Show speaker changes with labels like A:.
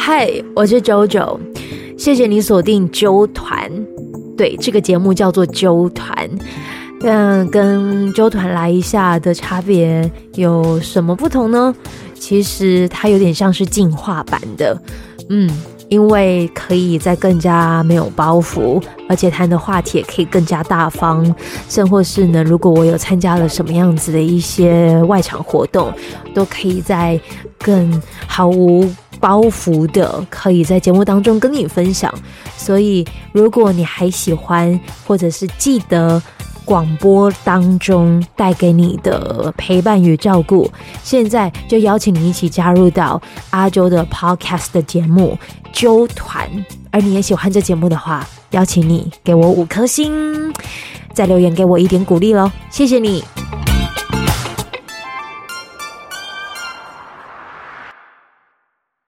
A: 嗨，我是周周，谢谢你锁定纠团。对，这个节目叫做纠团。跟纠团来一下的差别有什么不同呢？其实它有点像是进化版的，因为可以再更加没有包袱，而且谈的话题也可以更加大方，甚或是呢，如果我有参加了什么样子的一些外场活动，都可以在更毫无包袱的可以在节目当中跟你分享。所以如果你还喜欢或者是记得广播当中带给你的陪伴与照顾，现在就邀请你一起加入到阿周的 podcast 的节目纠团。而你也喜欢这节目的话，邀请你给我5颗星，再留言给我一点鼓励咯，谢谢你。